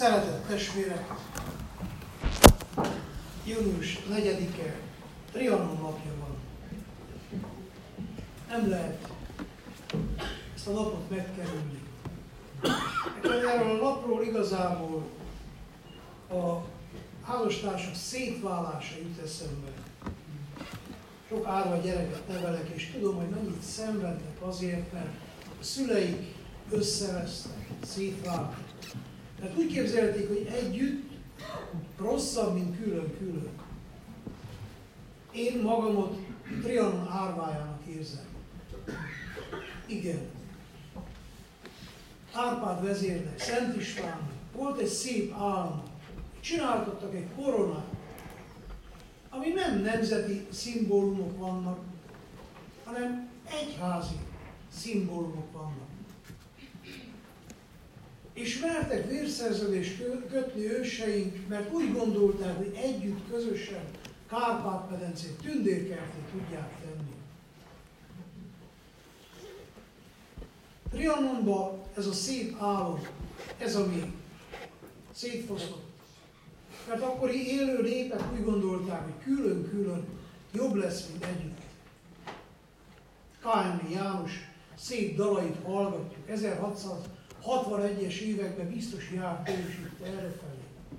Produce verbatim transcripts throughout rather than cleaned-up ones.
Szeretett testvérek, június negyedike, Trianon napja van. Nem lehet ezt a napot megkerülni. Erről a napról igazából a házastársak szétválása jut eszembe. Sok árva gyereket nevelek, és tudom, hogy mennyit szenvednek azért, mert a szüleik összevesztek, szétváltak. Mert úgy képzelték, hogy együtt rosszabb, mint külön-külön. Én magamot Trianon árvájának érzem. Igen. Árpád vezérnek, Szent Istvánnak volt egy szép álma. Csináltattak egy koronát, ami nem nemzeti szimbólumok vannak, hanem egyházi szimbólumok vannak. És mertek vérszerződést kötni őseink, mert úgy gondolták, hogy együtt, közösen Kárpát-medencét, tündérkertét tudják tenni. Trianonban ez a szép álom, ez a mi szétfosztott. Mert akkori élő népek úgy gondolták, hogy külön-külön jobb lesz, mint együtt. Kálmai János szép dalait hallgatjuk, ezerhatszázhatvanegyes években biztos járt ő is itt errefelé.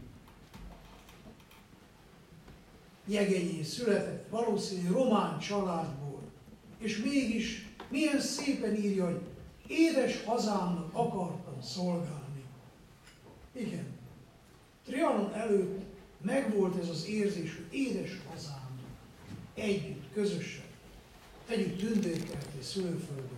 Jegegyén született, valószínűleg román családból, és mégis milyen szépen írja, hogy édes hazámnak akartam szolgálni. Igen, Trianon előtt megvolt ez az érzés, hogy édes hazámnak együtt, közösen tegyük tündérkerté szülőföldünket.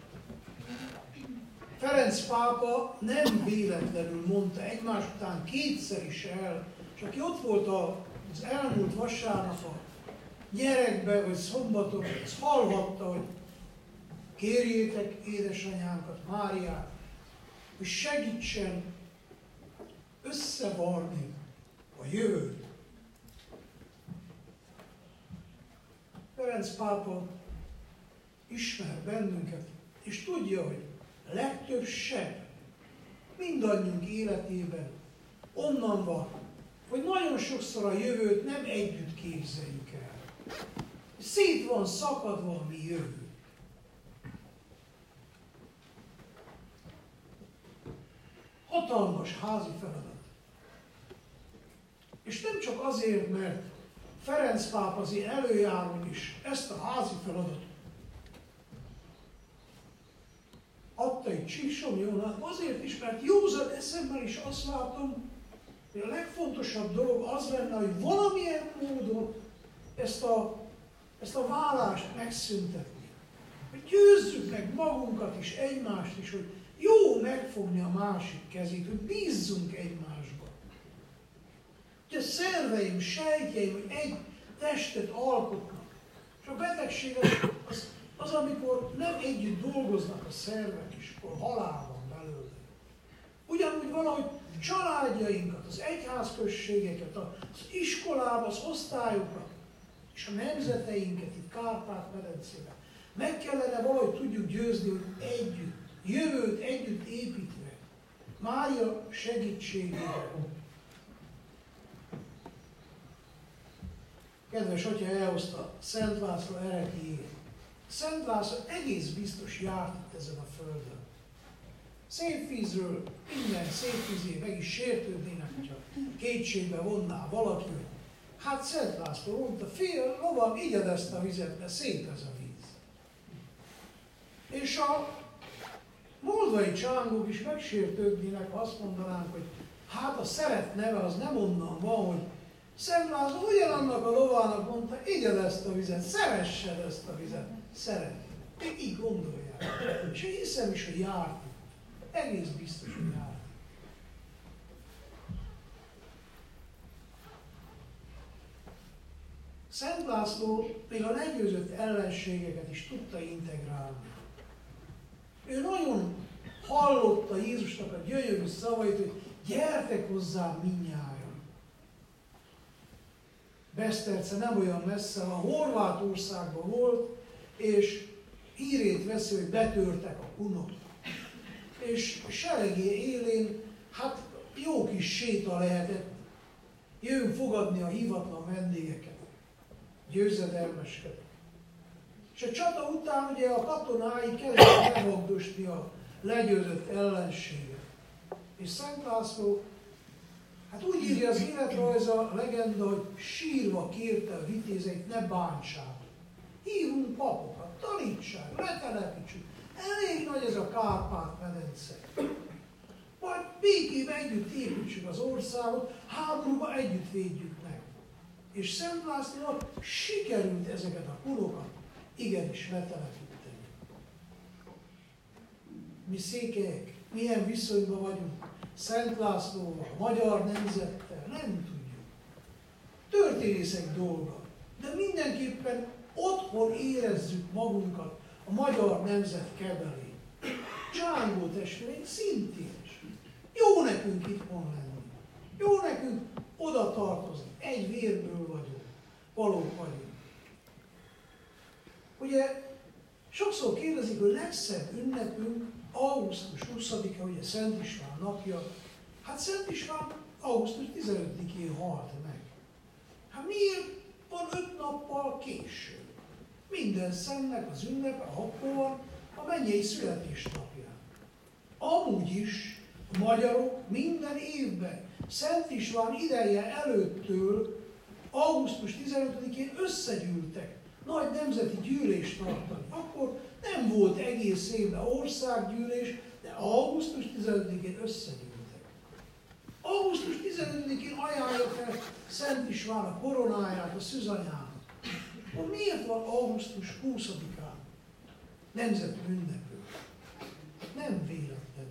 Ferenc pápa nem véletlenül mondta egymás után kétszer is el, és aki ott volt az elmúlt vasárnap a gyerekbe, vagy szombaton, az hallhatta, hogy kérjétek édesanyánkat, Máriát, hogy segítsen összevarni a jövőt. Ferenc pápa ismer bennünket, és tudja, hogy a legtöbb seb mindannyiunk életében onnan van, hogy nagyon sokszor a jövőt nem együtt képzeljük el. Szét van szakadva a mi jövő. Hatalmas házi feladat. És nem csak azért, mert Ferenc pápa az én előjáron is ezt a házi feladatot adta egy Csíksomlyónak, azért is, mert józan eszemben is azt látom, hogy a legfontosabb dolog az lenne, hogy valamilyen módon ezt a, ezt a válást megszüntetni. Hogy győzzük meg magunkat is, egymást is, hogy jó megfogni a másik kezét, hogy bízzunk egymásba. Hogy a szerveim, sejtjeim, hogy egy testet alkotnak. És a betegség az, az, az, amikor nem együtt dolgoznak a szervek, és akkor halál van belőle. Ugyanúgy valahogy családjainkat, az egyházközségeket, az iskolába, az osztályokat, és a nemzeteinket itt Kárpát-medencében meg kellene valahogy tudjuk győzni, hogy együtt, jövőt együtt építve, Mária segítségével. Kedves atya elhozta Szent László ereklyéjét. Szent László egész biztos járt itt ezen a földön. Szép vízről minden szép vízé meg is sértődnének, hogyha kétségbe vonná valaki, hogy hát Szent László mondta, fél lovam, igyed ezt a vizet, mert szép ez a víz. És a moldvai csángók is megsértődnének, ha azt mondanánk, hogy hát a szeret neve az nem onnan van, hogy Szent László ugyanannak a lovának mondta, igyed ezt a vizet, szeressed ezt a vizet, szeret. Még így gondolják. És én hiszem is, hogy járt. Egész biztos, hogy járt. Szent László még a legyőzött ellenségeket is tudta integrálni. Ő nagyon hallotta Jézusnak a gyönyörű szavait, hogy gyertek hozzám mindnyájan. Beszterce nem olyan messze, a Horvátországban volt, és hírét veszi, hogy betörtek a kunok. És seregé élén, hát jó kis séta lehetett. Jön fogadni a hívatlan vendégeket. Győzedelmeskedett. És a csata után ugye a katonái kezdtek megmagdosni a legyőzött ellenséget. És Szent László, hát úgy írja az életrajza, a legenda, hogy sírva kérte a vitézeit, ne bántsák. Hívunk papokat, tanítsák, letelepítsük. Elég nagy ez a Kárpát-medence. Majd békében együtt építsük az országot, háborúba együtt védjük meg. És Szent Lászlónak sikerült ezeket a kurokat igenis letelepíteni. Mi székelyek milyen viszonyban vagyunk Szent Lászlóval, a magyar nemzettel, nem tudjuk. Történészek dolga, de mindenképpen otthon érezzük magunkat a magyar nemzet kebelén. Csángó testvéreink szintén is. Jó nekünk itthon lenni. Jó nekünk oda tartozni. Egy vérből vagyunk. Valók vagyunk. Ugye sokszor kérdezik, hogy legszebb ünnepünk augusztus huszadika, ugye Szent István napja. Hát Szent István augusztus tizenötödikén halt meg. Hát miért van öt nappal később? Minden szentnek az ünnepe akkor van a mennyei születésnapján. Amúgy is a magyarok minden évben Szent István ideje előttől augusztus tizenötödikén összegyűltek nagy nemzeti gyűlést tartani. Akkor nem volt egész évben országgyűlés, de augusztus tizenötödikén összegyűltek. augusztus tizenötödikén ajánlja fel Szent István a koronáját a szűzanyának. Akkor miért van augusztus huszadikán nemzeti ünnepő? Nem véletlen.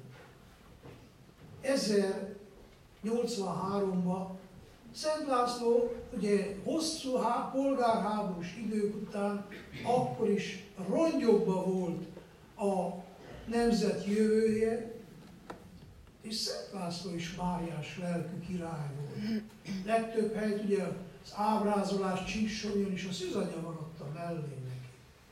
ezernyolcvanháromban Szent László ugye hosszú há, polgárháborús idők után akkor is rongyokba volt a nemzet jövője, és Szent László is máriás lelkű király volt. Legtöbb helyt ugye az ábrázolás Csíksomjon is a szűzanya van ott a mellén neki.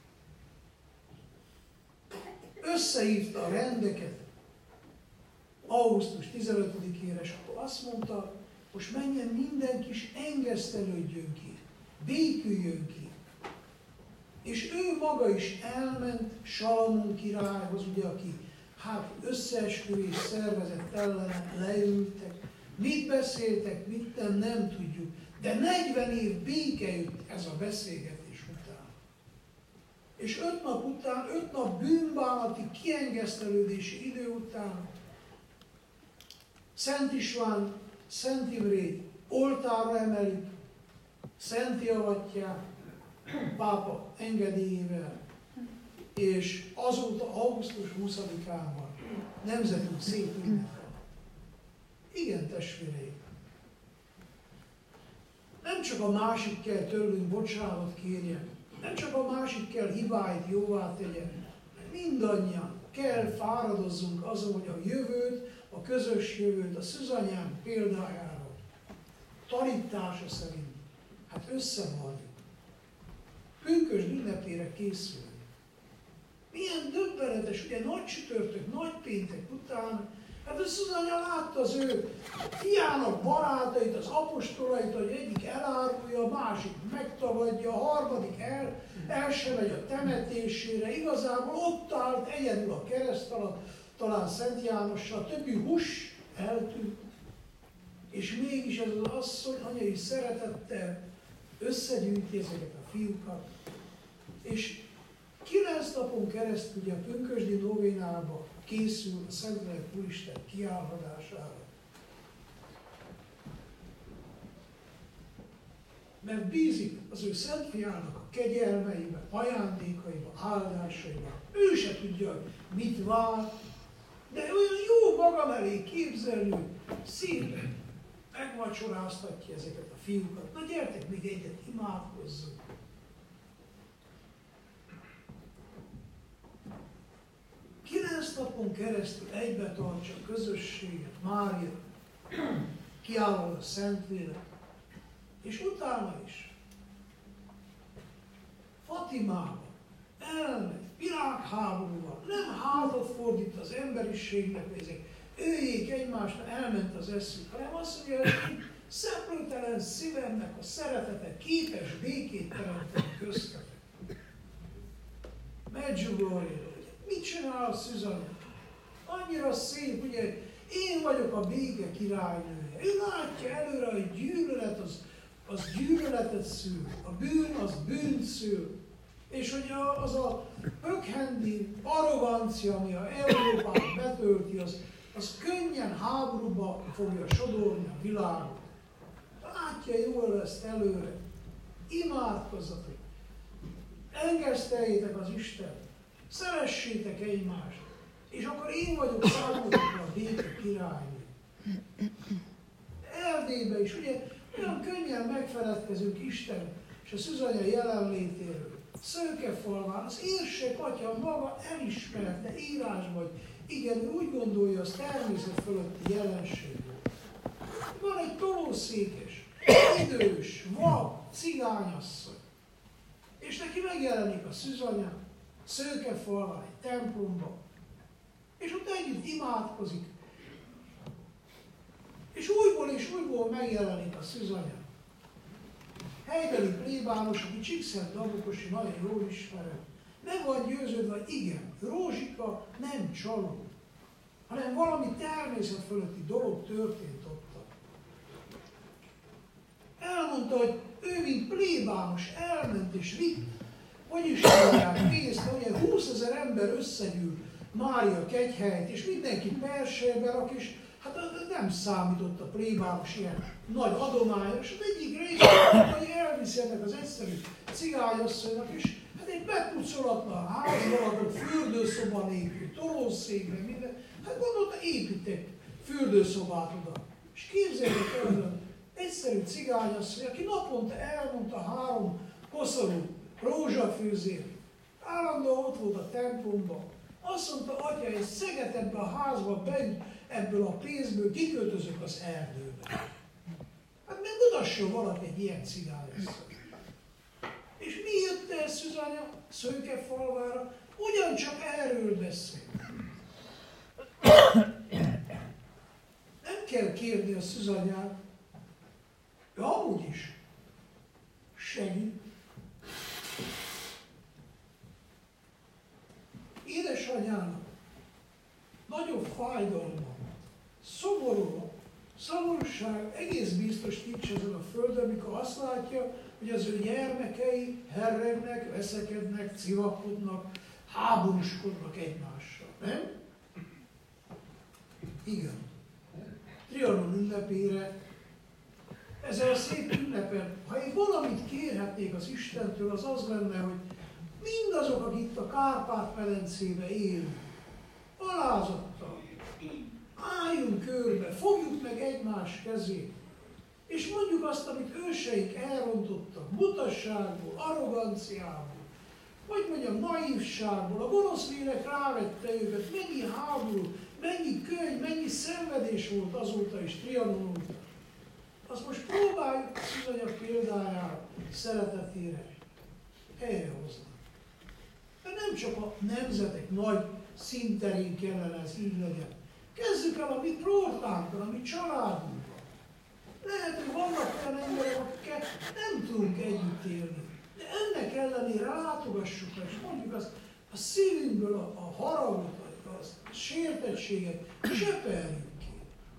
Összehívta a rendeket augusztus tizenötödikére, és akkor azt mondta, most menjen mindenki, és engesztelődjön ki, béküljön ki. És ő maga is elment Salamon királyhoz, ugye, aki hát összeesküvés szervezett ellene, leültek, mit beszéltek, mit nem, nem tudjuk, de negyven év béke jött ez a beszélgetés után. És öt nap után, öt nap bűnbánati kiengesztelődési idő után Szent István, Szent Imrét oltárra emelik, szentté avatják, pápa engedélyével, és azóta augusztus huszadikán van nemzetünk szép ünnepe. Igen, testvéreim. Nem csak a másik kell tőlünk bocsánatot kérjen, nem csak a másik kell hibáit jóvá tegyen, mindannyian kell fáradozzunk azon, hogy a jövőt, a közös jövőt, a szűzanyánk példájára, tanítása szerint, hát összevarjuk. Pünkösd ünnepére készülni. Milyen döbbenetes, ugye nagy csütörtök, nagy péntek után, hát a szűzanya látta az ő fiának barátait, az apostolait, hogy egyik elárulja, a másik megtagadja, a harmadik el, el sem megy a temetésére, igazából ott állt egyedül a kereszt alatt, talán Szent Jánossal, a többi hús eltűnt, és mégis ez az asszony anyai szeretettel összegyűjti ezeket a fiúkat, és kilenc napon keresztül ugye a pünkösdi novénába készül a Szentlélek Úristen kiálladására. Mert bízik az ő Szent Fiának a kegyelmeibe, ajándékaiba, áldásaiba. Ő se tudja, hogy mit vár, de olyan jó magam elé képzelő, szépen megvacsoráztatja ezeket a fiúkat. Na gyertek, még egyet imádkozzunk. Kilenc napon keresztül egybe tartsa a közösséget, Mária, kiállod a Szentlélek, és utána is Fatimába elmegy, világháborúban, nem hátat fordít az emberiségnek, hogy ezek öljék egymást, elment az eszük, hanem azt mondja, hogy én szeplőtelen szívemnek a szeretete képes békét teremteni köztetek. Medjugorje, mit csinál a Szüzanya? Annyira szép, ugye, én vagyok a béke királynője. Ő látja előre, hogy gyűlölet az, az gyűlöletet szül, a bűn az bűnt szül. És hogy az a pökhendi arrogancia, ami a Európát betölti, az, az könnyen háborúba fogja sodorni a világot. Látja jól ezt előre. Imádkozzatok. Engeszteljétek az Istent. Szeressétek egymást. És akkor én vagyok számotokra a béke királynő. Erdélyben is, ugye, olyan könnyen megfeledkezünk Isten és a Szüzanya jelenlétéről. Szőkefalván az érsek atya maga elismerte írásban, hogy igen, ő úgy gondolja, az természet fölötti jelenség volt. Van egy tolószékes, idős, vak, cigányasszony, és neki megjelenik a Szüzanya Szőkefalván egy templomban, és ott együtt imádkozik. És újból és újból megjelenik a Szüzanya. Helybeli plébános, aki Csíkszent Dabokosi nagyon jól ismerem, meg van győződve, hogy igen, Rózsika nem csaló, hanem valami természet fölötti dolog történt ott. Elmondta, hogy ő, mint plébános, elment és vitt, hogy is mondják, nézte, hogy húszezer ember összegyűl Mária kegyhelyt, és mindenki persejbe rak, és hát nem számított a plébános ilyen nagy adományos, az egyik részben, hogy elviszi ennek az egyszerű cigányasszonynak, és hát egy bepucolatlan házba lakott, fürdőszoba nélkül, tolószékre, minden, hát gondolta, épít egy fürdőszobát oda. És képzeljék el, hogy egyszerű cigányasszony, aki naponta elmondta három koszorú rózsafűzért, állandóan ott volt a templomban, azt mondta, atya, én szeget ebbe a házba bejut, ebből a pénzből kiköltözök az erdőbe. Hát meg mutasson valaki egy ilyen cigányasszony. És mi jött el Szüzanya Szőkefalvára? Ugyancsak erről beszél. Nem kell kérni a Szüzanyát, ő amúgy is segít. Édesanyának nagyobb fájdalma, szomorú, szomorúság egész biztos nincs ezen a földön, amikor azt látja, hogy az ő gyermekei herregnek, veszekednek, civakodnak, háborúskodnak egymással. Nem? Igen. Trianon ünnepére, ezzel a szép ünnepen, ha én valamit kérhetnék az Istentől, az az lenne, hogy mindazok, akik itt a Kárpát-medencébe élünk, alázattal, álljunk körbe, fogjuk meg egymás kezét, és mondjuk azt, amit őseik elrontottak, butasságból, arroganciából, vagy mondjam, naívságból, a gonosz lélek rávette őket, mennyi háború, mennyi könyv, mennyi szenvedés volt azóta is, Trianon óta. Azt most próbáljuk Szüzanya példájára, szeretetére helyrehozni. De nem csak a nemzetek nagy színterén kellene ez így legyen. Kezdjük el a mi prótánkon, a mi családunkon. Lehet, hogy vannak olyan emberek, akikkel nem tudunk együtt élni. De ennek ellenére látogassuk és mondjuk azt, a szívünkből a, a haragot, a sértettséget seperjünk ki.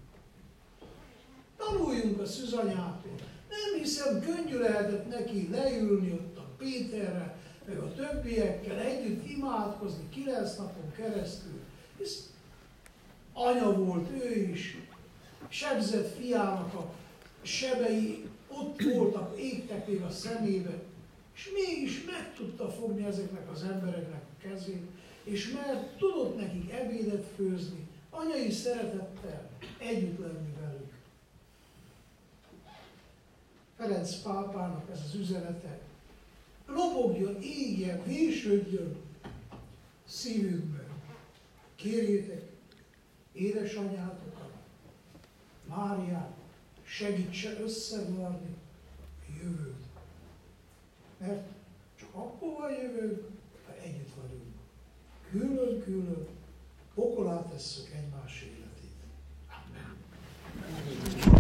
Tanuljunk a Szüzanyától. Nem hiszem, könnyű lehetett neki leülni ott a Péterrel, meg a többiekkel együtt imádkozni kilenc napon keresztül. Hisz anya volt ő is, sebzett fiának a sebei ott voltak, égtek még a szemébe, és mégis meg tudta fogni ezeknek az embereknek a kezét, és mert tudott nekik ebédet főzni, anyai szeretettel együtt lenni velük. Ferenc pápának ez az üzenete, lobogjon, égjen, vésődjön szívünkben. Kérjétek édesanyátokat, Máriát, segítse összevarni a jövőt. Mert csak akkor van jövőnk, ha együtt vagyunk. Külön-külön pokolá tesszük egymás életét. Amen.